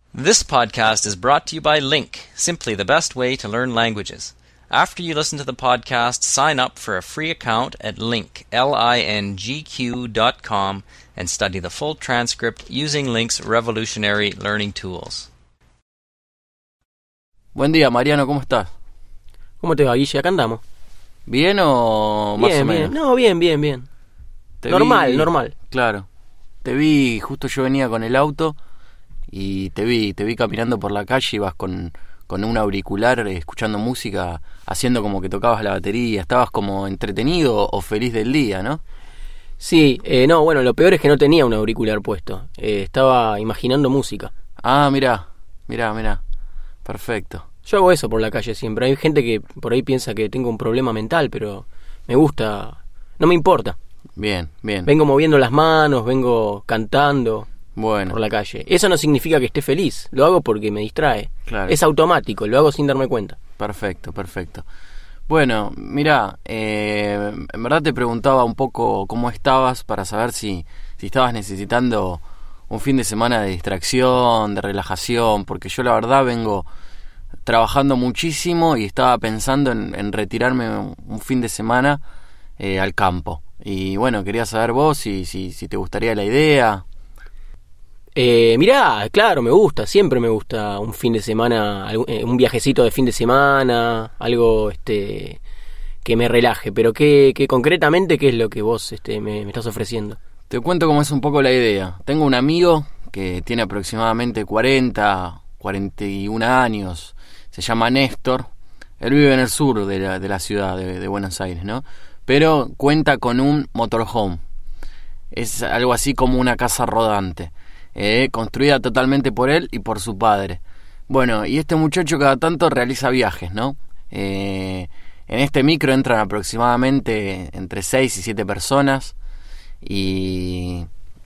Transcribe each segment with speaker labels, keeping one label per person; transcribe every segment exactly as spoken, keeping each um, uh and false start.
Speaker 1: This podcast is brought to you by Link, simply the best way to learn languages. After you listen to the podcast, sign up for a free account at link, L I N G Q dot com and study the full transcript using Link's revolutionary learning tools.
Speaker 2: Buen día, Mariano, ¿cómo estás?
Speaker 3: ¿Cómo te va, Guille? Acá andamos.
Speaker 2: ¿Bien o más
Speaker 3: bien,
Speaker 2: o menos?
Speaker 3: Bien. No, bien, bien, bien.
Speaker 2: Te
Speaker 3: normal,
Speaker 2: vi...
Speaker 3: normal.
Speaker 2: Claro. Te vi, justo yo venía con el auto y te vi, te vi caminando por la calle, ibas con, con un auricular, eh, escuchando música, haciendo como que tocabas la batería. Estabas como entretenido o feliz del día, ¿no?
Speaker 3: Sí, eh, no, bueno, lo peor es que no tenía un auricular puesto. Eh, estaba imaginando música.
Speaker 2: Ah, mirá, mirá, mirá. Perfecto.
Speaker 3: Yo hago eso por la calle siempre. Hay gente que por ahí piensa que tengo un problema mental, pero me gusta, no me importa.
Speaker 2: Bien, bien.
Speaker 3: Vengo moviendo las manos, vengo cantando
Speaker 2: bueno.
Speaker 3: por la calle. Eso no significa que esté feliz, lo hago porque me distrae.
Speaker 2: Claro.
Speaker 3: Es automático, lo hago sin darme cuenta.
Speaker 2: Perfecto, perfecto. Bueno, mirá, eh, en verdad te preguntaba un poco cómo estabas para saber si, si estabas necesitando un fin de semana de distracción, de relajación, porque yo la verdad vengo trabajando muchísimo y estaba pensando en, en retirarme un, un fin de semana eh, al campo. Y bueno, quería saber vos si, si, si te gustaría la idea.
Speaker 3: Eh, mirá, claro, me gusta, siempre me gusta un fin de semana, un viajecito de fin de semana, algo este que me relaje, pero ¿qué, qué concretamente qué es lo que vos este, me, me estás ofreciendo?
Speaker 2: Te cuento cómo es un poco la idea. Tengo un amigo que tiene aproximadamente cuarenta, cuarenta y uno años, se llama Néstor, él vive en el sur de la, de la ciudad de, de Buenos Aires, ¿no? Pero cuenta con un motorhome, es algo así como una casa rodante. Eh, construida totalmente por él y por su padre. Bueno, y este muchacho cada tanto realiza viajes, ¿no? Eh, en este micro entran aproximadamente entre seis y siete personas y,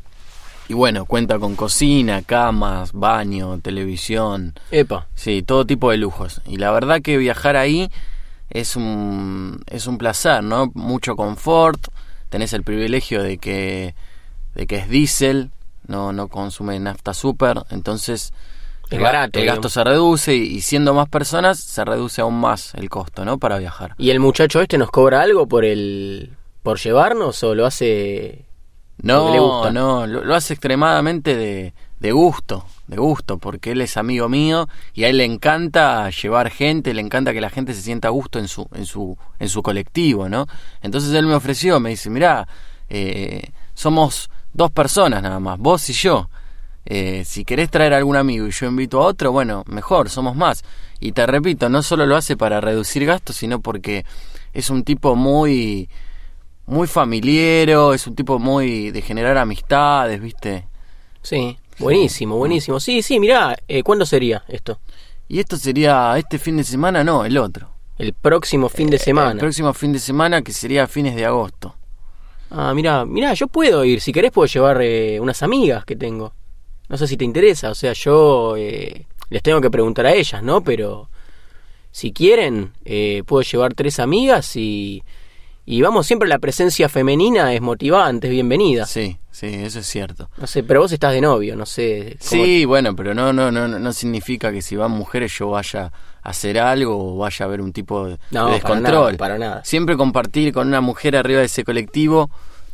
Speaker 2: y bueno, cuenta con cocina, camas, baño, televisión.
Speaker 3: Epa.
Speaker 2: Sí, todo tipo de lujos. Y la verdad que viajar ahí es un, es un placer, ¿no? Mucho confort, tenés el privilegio de que, de que es diésel. No, no consume nafta super, entonces
Speaker 3: es
Speaker 2: el,
Speaker 3: barato,
Speaker 2: el gasto se reduce y, y siendo más personas se reduce aún más el costo, ¿no? Para viajar.
Speaker 3: ¿Y el muchacho este nos cobra algo por el por llevarnos o lo hace
Speaker 2: no,
Speaker 3: porque le gusta?
Speaker 2: No, lo, lo hace extremadamente de, de gusto, de gusto, porque él es amigo mío y a él le encanta llevar gente, le encanta que la gente se sienta a gusto en su en su en su colectivo, ¿no? Entonces él me ofreció, me dice, mirá, eh, somos dos personas nada más, vos y yo. Eh, si querés traer a algún amigo y yo invito a otro, bueno, mejor, somos más. Y te repito, no solo lo hace para reducir gastos, sino porque es un tipo muy muy familiero, es un tipo muy de generar amistades, ¿viste?
Speaker 3: Sí, buenísimo, buenísimo. Sí, sí, mirá, eh, ¿cuándo sería esto?
Speaker 2: Y esto sería este fin de semana, no, el otro.
Speaker 3: El próximo fin de semana.
Speaker 2: Eh, el próximo fin de semana, que sería a fines de agosto.
Speaker 3: Ah, mirá, mirá, yo puedo ir, si querés puedo llevar eh, unas amigas que tengo. No sé si te interesa, o sea, yo eh, les tengo que preguntar a ellas, ¿no? Pero si quieren, eh, puedo llevar tres amigas y, y vamos, siempre la presencia femenina es motivante, es bienvenida.
Speaker 2: Sí, sí, eso es cierto.
Speaker 3: No sé, pero vos estás de novio, no sé. ¿Cómo?
Speaker 2: Sí, bueno, pero no, no, no, no significa que si van mujeres yo vaya a hacer algo o vaya a haber un tipo de,
Speaker 3: no,
Speaker 2: de descontrol.
Speaker 3: Para nada, para nada.
Speaker 2: Siempre compartir con una mujer arriba de ese colectivo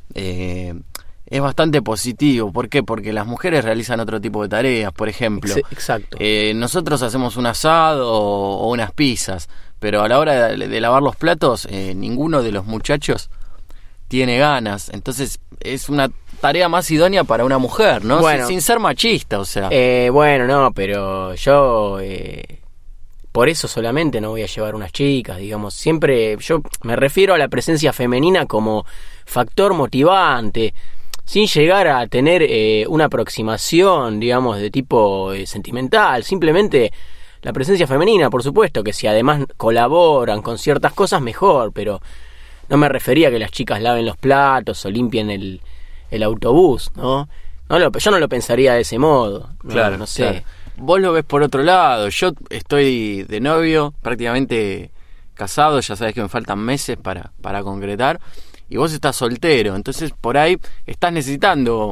Speaker 2: eh, es bastante positivo. ¿Por qué? Porque las mujeres realizan otro tipo de tareas, por ejemplo.
Speaker 3: Exacto.
Speaker 2: Eh, nosotros hacemos un asado o, o unas pizzas, pero a la hora de, de lavar los platos, eh, ninguno de los muchachos tiene ganas. Entonces es una tarea más idónea para una mujer, ¿no?
Speaker 3: Bueno,
Speaker 2: sin, sin ser machista, o sea.
Speaker 3: Eh, bueno, no, pero yo eh, por eso solamente no voy a llevar unas chicas, digamos. Siempre yo me refiero a la presencia femenina como factor motivante, sin llegar a tener eh, una aproximación, digamos, de tipo eh, sentimental. Simplemente la presencia femenina, por supuesto, que si además colaboran con ciertas cosas, mejor, pero no me refería a que las chicas laven los platos o limpien el, el autobús, ¿no? No lo, yo no lo pensaría de ese modo.
Speaker 2: Claro,
Speaker 3: no, no sé.
Speaker 2: Claro. Vos lo ves por otro lado. Yo estoy de novio, prácticamente casado, ya sabes que me faltan meses para, para concretar, y vos estás soltero, entonces por ahí estás necesitando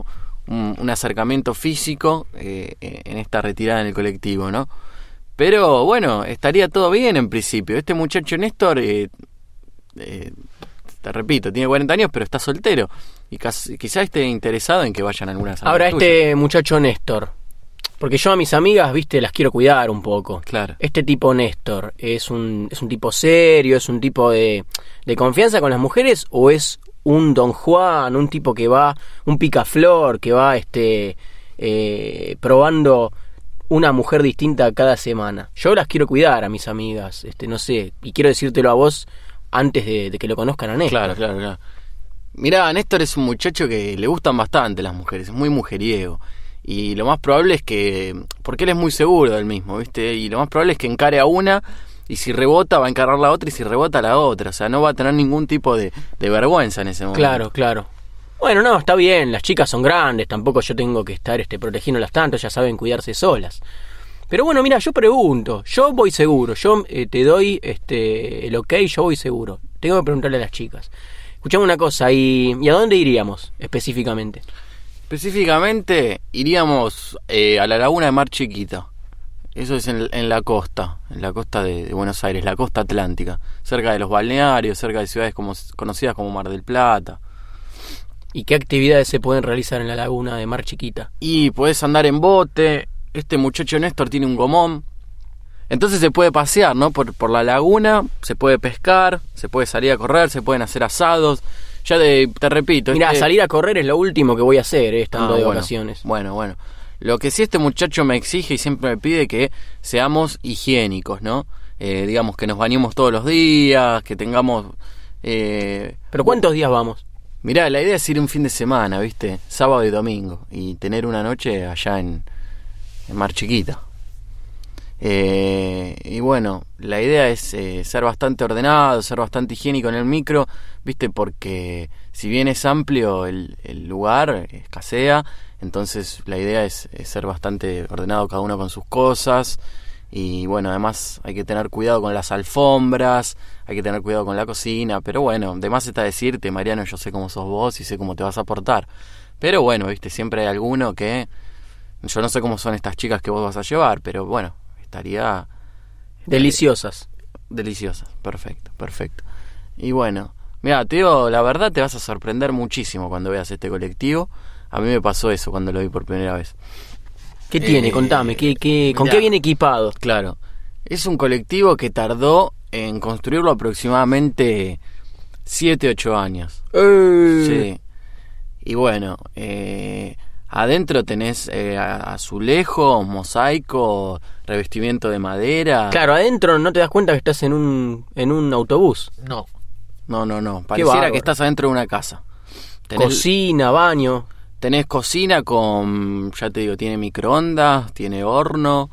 Speaker 2: un, un acercamiento físico eh, en esta retirada en el colectivo, ¿no? Pero bueno, estaría todo bien en principio. Este muchacho Néstor, eh, eh, te repito, tiene cuarenta años, pero está soltero. Y quizás esté interesado en que vayan algunas amigas
Speaker 3: Ahora, este
Speaker 2: tuyas.
Speaker 3: muchacho Néstor, porque yo a mis amigas, viste, las quiero cuidar un poco.
Speaker 2: Claro.
Speaker 3: Este tipo Néstor, ¿es un, es un tipo serio, es un tipo de, de confianza con las mujeres o es un Don Juan, un tipo que va, un picaflor, que va este eh, probando una mujer distinta cada semana? Yo las quiero cuidar a mis amigas, este no sé, y quiero decírtelo a vos antes de, de que lo conozcan a Néstor.
Speaker 2: Claro, claro, claro. Mirá, Néstor es un muchacho que le gustan bastante las mujeres, es muy mujeriego. Y lo más probable es que... Porque él es muy seguro del mismo, ¿viste? Y lo más probable es que encare a una, y si rebota va a encarar la otra, y si rebota a la otra. O sea, no va a tener ningún tipo de, de vergüenza en ese momento.
Speaker 3: Claro, claro. Bueno, no, está bien, las chicas son grandes, tampoco yo tengo que estar este, protegiéndolas tanto, ya saben cuidarse solas. Pero bueno, mira, yo pregunto, yo voy seguro, yo eh, te doy este el ok, yo voy seguro. Tengo que preguntarle a las chicas. Escuchame una cosa, ¿y, ¿y a dónde iríamos específicamente?
Speaker 2: Específicamente iríamos eh, a la laguna de Mar Chiquita. Eso es en, en la costa, en la costa de, de Buenos Aires, la costa atlántica, cerca de los balnearios, cerca de ciudades como, conocidas como Mar del Plata.
Speaker 3: ¿Y qué actividades se pueden realizar en la laguna de Mar Chiquita?
Speaker 2: Y podés andar en bote. Este muchacho Néstor tiene un gomón, entonces se puede pasear, ¿no? Por, por la laguna, se puede pescar, se puede salir a correr, se pueden hacer asados. Ya de, te repito...
Speaker 3: Mira,
Speaker 2: este...
Speaker 3: salir a correr es lo último que voy a hacer, eh, estando
Speaker 2: ah,
Speaker 3: de
Speaker 2: bueno,
Speaker 3: vacaciones.
Speaker 2: Bueno, bueno. Lo que sí este muchacho me exige y siempre me pide que seamos higiénicos, ¿no? Eh, digamos, que nos bañemos todos los días, que tengamos... Eh...
Speaker 3: ¿Pero cuántos días vamos?
Speaker 2: Mirá, la idea es ir un fin de semana, ¿viste? Sábado y domingo. Y tener una noche allá en, en Mar Chiquita. Eh, y bueno, la idea es eh, ser bastante ordenado, ser bastante higiénico en el micro, ¿viste? Porque si bien es amplio el, el lugar, escasea. Entonces la idea es, es ser bastante ordenado cada uno con sus cosas. Y bueno, además hay que tener cuidado con las alfombras, hay que tener cuidado con la cocina. Pero bueno, de más está decirte, Mariano, yo sé cómo sos vos y sé cómo te vas a portar. Pero bueno, viste, siempre hay alguno que... Yo no sé cómo son estas chicas que vos vas a llevar, pero bueno, estaría...
Speaker 3: Deliciosas.
Speaker 2: Deliciosas, perfecto, perfecto. Y bueno, mira, te digo, la verdad te vas a sorprender muchísimo cuando veas este colectivo. A mí me pasó eso cuando lo vi por primera vez.
Speaker 3: ¿Qué tiene?
Speaker 2: Eh,
Speaker 3: Contame, ¿qué, qué, ¿con
Speaker 2: mirá,
Speaker 3: qué viene equipado?
Speaker 2: Claro, es un colectivo que tardó en construirlo aproximadamente siete ocho años.
Speaker 3: Eh.
Speaker 2: Sí. Y bueno, eh, adentro tenés eh, azulejos, mosaico, revestimiento de madera.
Speaker 3: Claro, adentro no te das cuenta que estás en un, en un autobús.
Speaker 2: No, no, no, no. Pareciera
Speaker 3: bárbaro.
Speaker 2: que estás adentro de una casa. Tenés,
Speaker 3: Cocina, baño.
Speaker 2: Tenés cocina con, ya te digo, tiene microondas, tiene horno.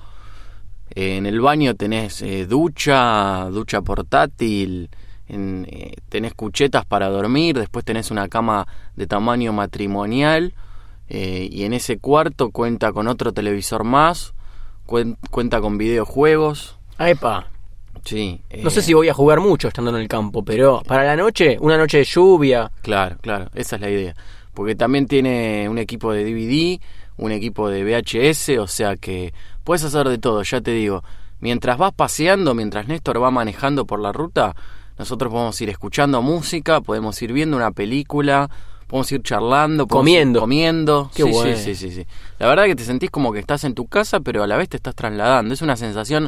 Speaker 2: Eh, en el baño tenés eh, ducha, ducha portátil. En, eh, tenés cuchetas para dormir. Después tenés una cama de tamaño matrimonial. Eh, y en ese cuarto cuenta con otro televisor más. Cuen, cuenta con videojuegos.
Speaker 3: Ah, epa.
Speaker 2: Sí. Eh,
Speaker 3: No sé si voy a jugar mucho estando en el campo, pero para la noche, una noche de lluvia.
Speaker 2: Claro, claro, esa es la idea. Porque también tiene un equipo de D V D, un equipo de V H S, o sea que puedes hacer de todo, ya te digo. Mientras vas paseando, mientras Néstor va manejando por la ruta, nosotros podemos ir escuchando música, podemos ir viendo una película, podemos ir charlando, podemos
Speaker 3: Comiendo.
Speaker 2: ir comiendo.
Speaker 3: Qué
Speaker 2: sí,
Speaker 3: bueno.
Speaker 2: sí, sí, sí, sí. La verdad que te sentís como que estás en tu casa, pero a la vez te estás trasladando. Es una sensación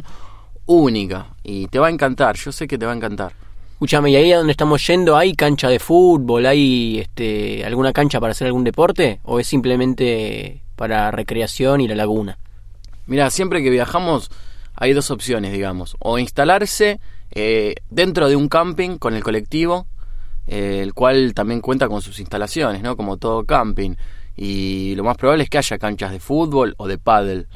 Speaker 2: única y te va a encantar, yo sé que te va a encantar.
Speaker 3: Escúchame, ¿y ahí a donde estamos yendo hay cancha de fútbol? ¿Hay este, alguna cancha para hacer algún deporte? ¿O es simplemente para recreación y la laguna?
Speaker 2: Mira, siempre que viajamos hay dos opciones, digamos. O instalarse eh, dentro de un camping con el colectivo, eh, el cual también cuenta con sus instalaciones, ¿no? Como todo camping. Y lo más probable es que haya canchas de fútbol o de pádel.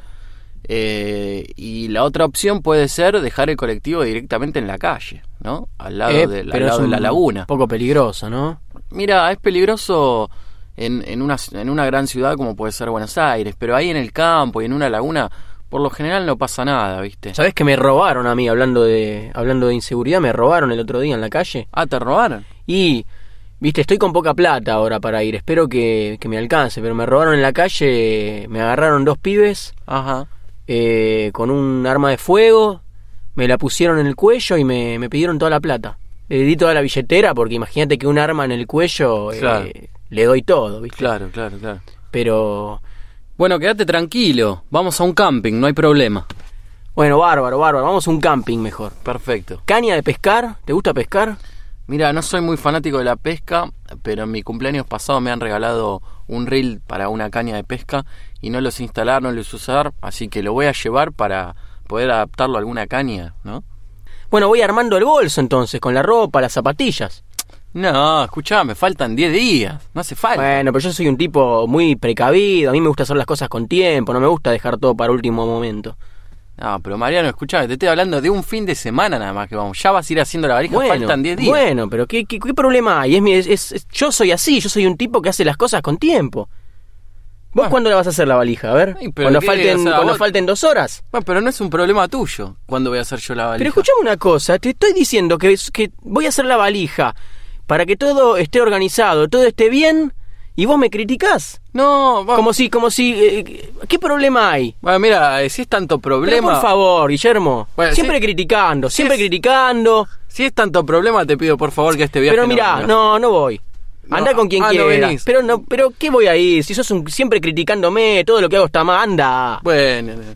Speaker 2: Eh, y la otra opción puede ser dejar el colectivo directamente en la calle, ¿no? Al lado,
Speaker 3: Eh,
Speaker 2: de, al
Speaker 3: pero
Speaker 2: lado
Speaker 3: es
Speaker 2: de la
Speaker 3: un
Speaker 2: laguna.
Speaker 3: poco peligroso, ¿no?
Speaker 2: Mira, es peligroso en, en, una, en una gran ciudad como puede ser Buenos Aires, pero ahí en el campo y en una laguna, por lo general no pasa nada, ¿viste?
Speaker 3: ¿Sabés que me robaron a mí, hablando de hablando de inseguridad? Me robaron el otro día en la calle.
Speaker 2: Ah, ¿te robaron?
Speaker 3: Y Viste, estoy con poca plata ahora para ir. Espero que, que me alcance. Pero me robaron en la calle. Me agarraron dos pibes.
Speaker 2: Ajá.
Speaker 3: Eh, con un arma de fuego. Me la pusieron en el cuello y me, me pidieron toda la plata. Le di toda la billetera porque imagínate que un arma en el cuello...
Speaker 2: Claro.
Speaker 3: Eh, le doy todo, ¿viste?
Speaker 2: Claro, claro, claro.
Speaker 3: Pero...
Speaker 2: Bueno, quédate tranquilo. Vamos a un camping, no hay problema.
Speaker 3: Bueno, bárbaro, bárbaro. Vamos a un camping mejor.
Speaker 2: Perfecto.
Speaker 3: ¿Caña de pescar? ¿Te gusta pescar?
Speaker 2: Mira, no soy muy fanático de la pesca, pero en mi cumpleaños pasado me han regalado un reel para una caña de pesca y no los instalar, no los usar, así que lo voy a llevar para poder adaptarlo a alguna caña, ¿no?
Speaker 3: Bueno, voy armando el bolso entonces, con la ropa, las zapatillas.
Speaker 2: No, escuchá, me faltan diez días, no hace falta.
Speaker 3: Bueno, pero yo soy un tipo muy precavido, a mí me gusta hacer las cosas con tiempo, no me gusta dejar todo para último momento.
Speaker 2: No, pero Mariano, escuchá, te estoy hablando de un fin de semana nada más que vamos. Ya vas a ir haciendo la valija,
Speaker 3: Bueno,
Speaker 2: faltan diez días.
Speaker 3: bueno, pero ¿qué, qué, qué problema hay? Es, mi- es, es- yo soy así, yo soy un tipo que hace las cosas con tiempo. ¿Vos
Speaker 2: Bueno.
Speaker 3: cuándo la vas a hacer la valija? A ver,
Speaker 2: Ay, pero
Speaker 3: cuando,
Speaker 2: ¿qué?
Speaker 3: falten,
Speaker 2: O sea,
Speaker 3: cuando
Speaker 2: vos-
Speaker 3: falten dos horas.
Speaker 2: Bueno, pero no es un problema tuyo. ¿Cuándo voy a hacer yo la valija?
Speaker 3: Pero escuchame una cosa, te estoy diciendo que, que voy a hacer la valija para que todo esté organizado, todo esté bien, y vos me criticás.
Speaker 2: No, va-
Speaker 3: Como si, como si, eh, ¿qué problema hay?
Speaker 2: Bueno, mira, eh, si es tanto
Speaker 3: Pero
Speaker 2: problema...
Speaker 3: por favor, Guillermo,
Speaker 2: Bueno,
Speaker 3: siempre
Speaker 2: sí.
Speaker 3: criticando, siempre
Speaker 2: es-
Speaker 3: criticando.
Speaker 2: Si es tanto problema, te pido por favor que este viaje
Speaker 3: Pero mirá,
Speaker 2: no...
Speaker 3: no, no voy.
Speaker 2: No,
Speaker 3: Anda con quien
Speaker 2: ah, no
Speaker 3: quiera.
Speaker 2: venís.
Speaker 3: pero no, pero ¿qué voy a ir? Si sos un, siempre criticándome, todo lo que hago está mal, anda.
Speaker 2: Bueno... eh,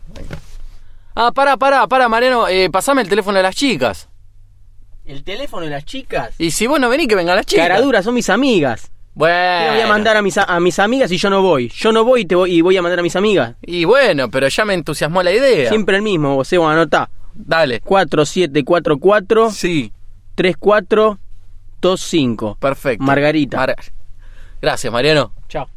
Speaker 2: Ah, pará, pará, pará, Mariano, eh, pasame el teléfono de las chicas.
Speaker 3: El teléfono de las chicas.
Speaker 2: Y si vos no venís, que vengan las chicas.
Speaker 3: Caraduras, son mis amigas.
Speaker 2: Bueno.
Speaker 3: ¿Qué voy a mandar a mis, a, a mis amigas y yo no voy? Yo no voy y, te voy y voy a mandar a mis amigas.
Speaker 2: Y bueno, pero ya me entusiasmó la idea.
Speaker 3: Siempre el mismo, vos, Sebo, anotá.
Speaker 2: Dale.
Speaker 3: cuatro siete cuatro cuatro
Speaker 2: Sí,
Speaker 3: tres cuatro dos cinco.
Speaker 2: perfecto.
Speaker 3: Margarita.
Speaker 2: Mar- Gracias, Mariano.
Speaker 3: Chao.